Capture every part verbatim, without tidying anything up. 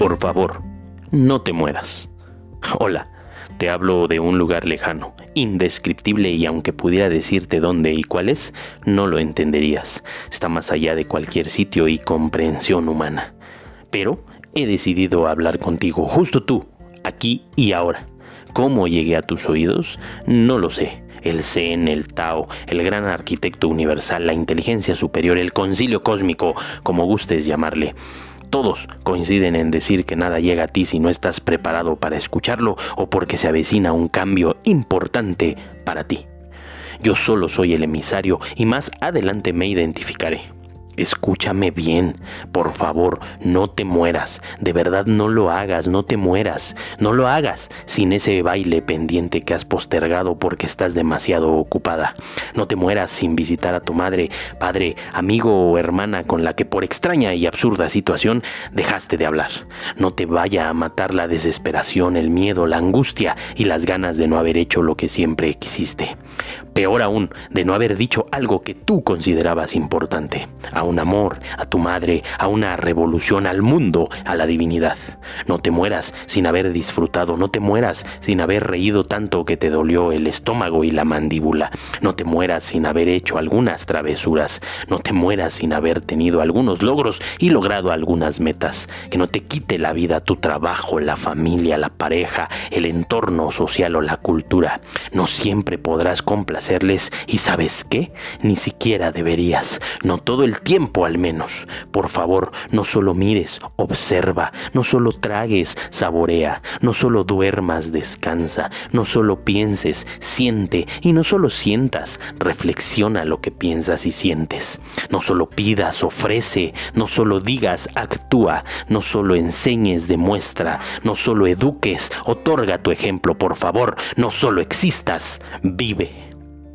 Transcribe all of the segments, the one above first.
Por favor, no te mueras. Hola, te hablo de un lugar lejano, indescriptible, y aunque pudiera decirte dónde y cuál es, no lo entenderías. Está más allá de cualquier sitio y comprensión humana. Pero he decidido hablar contigo, justo tú, aquí y ahora. ¿Cómo llegué a tus oídos? No lo sé. El Zen, el Tao, el gran arquitecto universal, la inteligencia superior, el concilio cósmico, como gustes llamarle. Todos coinciden en decir que nada llega a ti si no estás preparado para escucharlo o porque se avecina un cambio importante para ti. Yo solo soy el emisario y más adelante me identificaré. Escúchame bien, por favor, no te mueras, de verdad no lo hagas, no te mueras, no lo hagas sin ese baile pendiente que has postergado porque estás demasiado ocupada. No te mueras sin visitar a tu madre, padre, amigo o hermana con la que por extraña y absurda situación dejaste de hablar. No te vaya a matar la desesperación, el miedo, la angustia y las ganas de no haber hecho lo que siempre quisiste. Peor aún, de no haber dicho algo que tú considerabas importante. A un amor, a tu madre, a una revolución, al mundo, a la divinidad. No te mueras sin haber disfrutado, no te mueras sin haber reído tanto que te dolió el estómago y la mandíbula. No te mueras sin haber hecho algunas travesuras. No te mueras sin haber tenido algunos logros y logrado algunas metas. Que no te quite la vida tu trabajo, la familia, la pareja, el entorno social o la cultura. No siempre podrás complacerles y ¿sabes qué? Ni siquiera deberías. No todo el tiempo al menos. Por favor, no solo mires, observa. No solo tragues, saborea. No solo duermas, descansa. No solo pienses, siente. Y no solo sientas, reflexiona lo que piensas y sientes. No solo pidas, ofrece. No solo digas, actúa. No solo enseñes, demuestra. No solo eduques, otorga tu ejemplo, por favor. No solo existas, vive.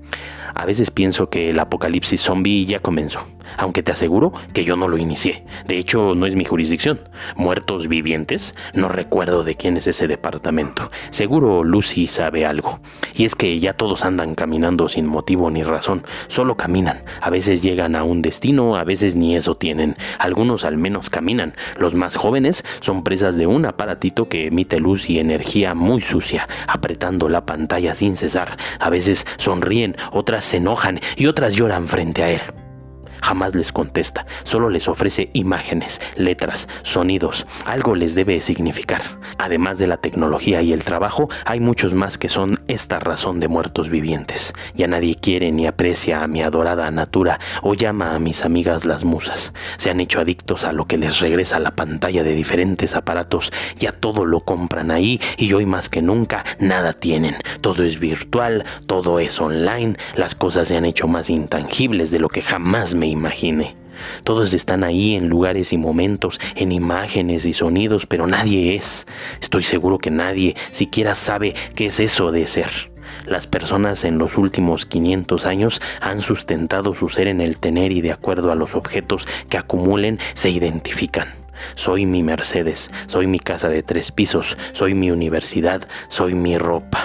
A veces pienso que el apocalipsis zombie ya comenzó, aunque te aseguro que yo no lo inicié. De hecho, no es mi jurisdicción. Muertos vivientes, no recuerdo de quién es ese departamento. Seguro Lucy sabe algo. Y es que ya todos andan caminando sin motivo ni razón. Solo caminan. A veces llegan a un destino, a veces ni eso tienen. Algunos al menos caminan. Los más jóvenes son presas de un aparatito que emite luz y energía muy sucia, apretando la pantalla sin cesar. A veces sonríen, otras se enojan y otras lloran frente a él. Jamás les contesta, solo les ofrece imágenes, letras, sonidos, algo les debe significar. Además de la tecnología y el trabajo, hay muchos más que son esta razón de muertos vivientes. Ya nadie quiere ni aprecia a mi adorada Natura o llama a mis amigas las musas. Se han hecho adictos a lo que les regresa la pantalla de diferentes aparatos. Ya todo lo compran ahí y hoy más que nunca nada tienen. Todo es virtual, todo es online, las cosas se han hecho más intangibles de lo que jamás me imaginé. Todos están ahí en lugares y momentos, en imágenes y sonidos, pero nadie es. Estoy seguro que nadie siquiera sabe qué es eso de ser. Las personas en los últimos quinientos años han sustentado su ser en el tener y de acuerdo a los objetos que acumulen se identifican. Soy mi Mercedes, soy mi casa de tres pisos, soy mi universidad, soy mi ropa.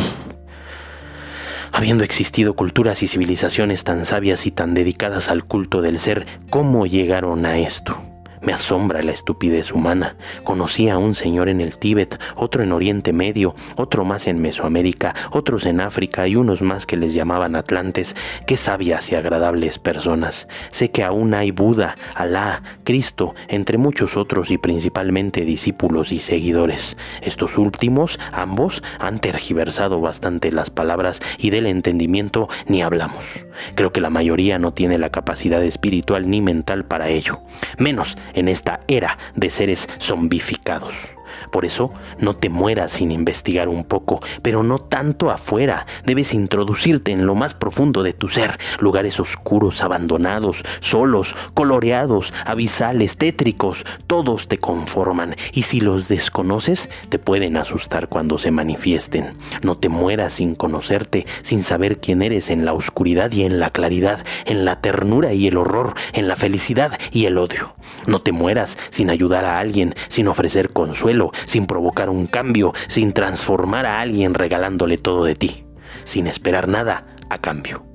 Habiendo existido culturas y civilizaciones tan sabias y tan dedicadas al culto del ser, ¿cómo llegaron a esto? Me asombra la estupidez humana. Conocí a un señor en el Tíbet, otro en Oriente Medio, otro más en Mesoamérica, otros en África y unos más que les llamaban atlantes. Qué sabias y agradables personas. Sé que aún hay Buda, Alá, Cristo, entre muchos otros y principalmente discípulos y seguidores. Estos últimos, ambos, han tergiversado bastante las palabras y del entendimiento ni hablamos. Creo que la mayoría no tiene la capacidad espiritual ni mental para ello. Menos en esta era de seres zombificados. Por eso, no te mueras sin investigar un poco, pero no tanto afuera. Debes introducirte en lo más profundo de tu ser, lugares oscuros, abandonados, solos, coloreados, abisales, tétricos, todos te conforman, y si los desconoces, te pueden asustar cuando se manifiesten. No te mueras sin conocerte, sin saber quién eres en la oscuridad y en la claridad, en la ternura y el horror, en la felicidad y el odio. No te mueras sin ayudar a alguien, sin ofrecer consuelo, sin provocar un cambio, sin transformar a alguien regalándole todo de ti, sin esperar nada a cambio.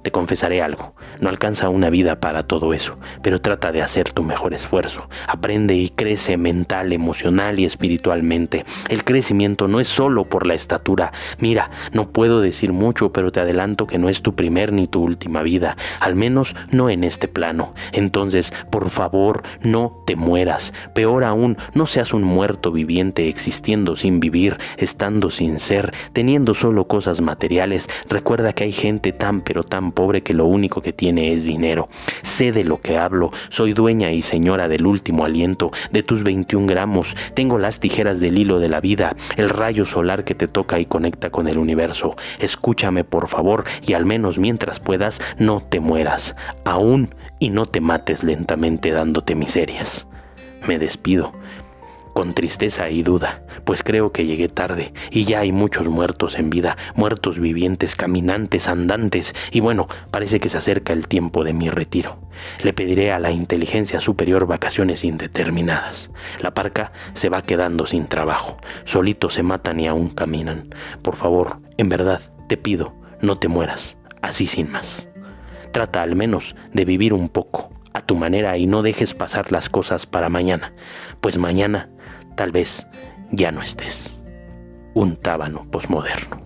Te confesaré algo, no alcanza una vida para todo eso, pero trata de hacer tu mejor esfuerzo. Aprende y crece mental, emocional y espiritualmente. El crecimiento no es solo por la estatura. Mira, no puedo decir mucho, pero te adelanto que no es tu primer ni tu última vida, al menos no en este plano. Entonces, por favor, no te mueras. Peor aún, no seas un muerto viviente existiendo sin vivir, estando sin ser, teniendo solo cosas materiales. Recuerda que hay gente tan pero tan pobre que lo único que tiene es dinero. Sé de lo que hablo, soy dueña y señora del último aliento, de tus veintiún gramos, tengo las tijeras del hilo de la vida, el rayo solar que te toca y conecta con el universo. Escúchame por favor y al menos mientras puedas no te mueras, aún y no te mates lentamente dándote miserias. Me despido con tristeza y duda, pues creo que llegué tarde y ya hay muchos muertos en vida, muertos vivientes, caminantes, andantes, y bueno, parece que se acerca el tiempo de mi retiro. Le pediré a la inteligencia superior vacaciones indeterminadas. La parca se va quedando sin trabajo, solitos se matan y aún caminan. Por favor, en verdad, te pido, no te mueras, así sin más. Trata al menos de vivir un poco a tu manera y no dejes pasar las cosas para mañana, pues mañana tal vez ya no estés. Un tábano posmoderno.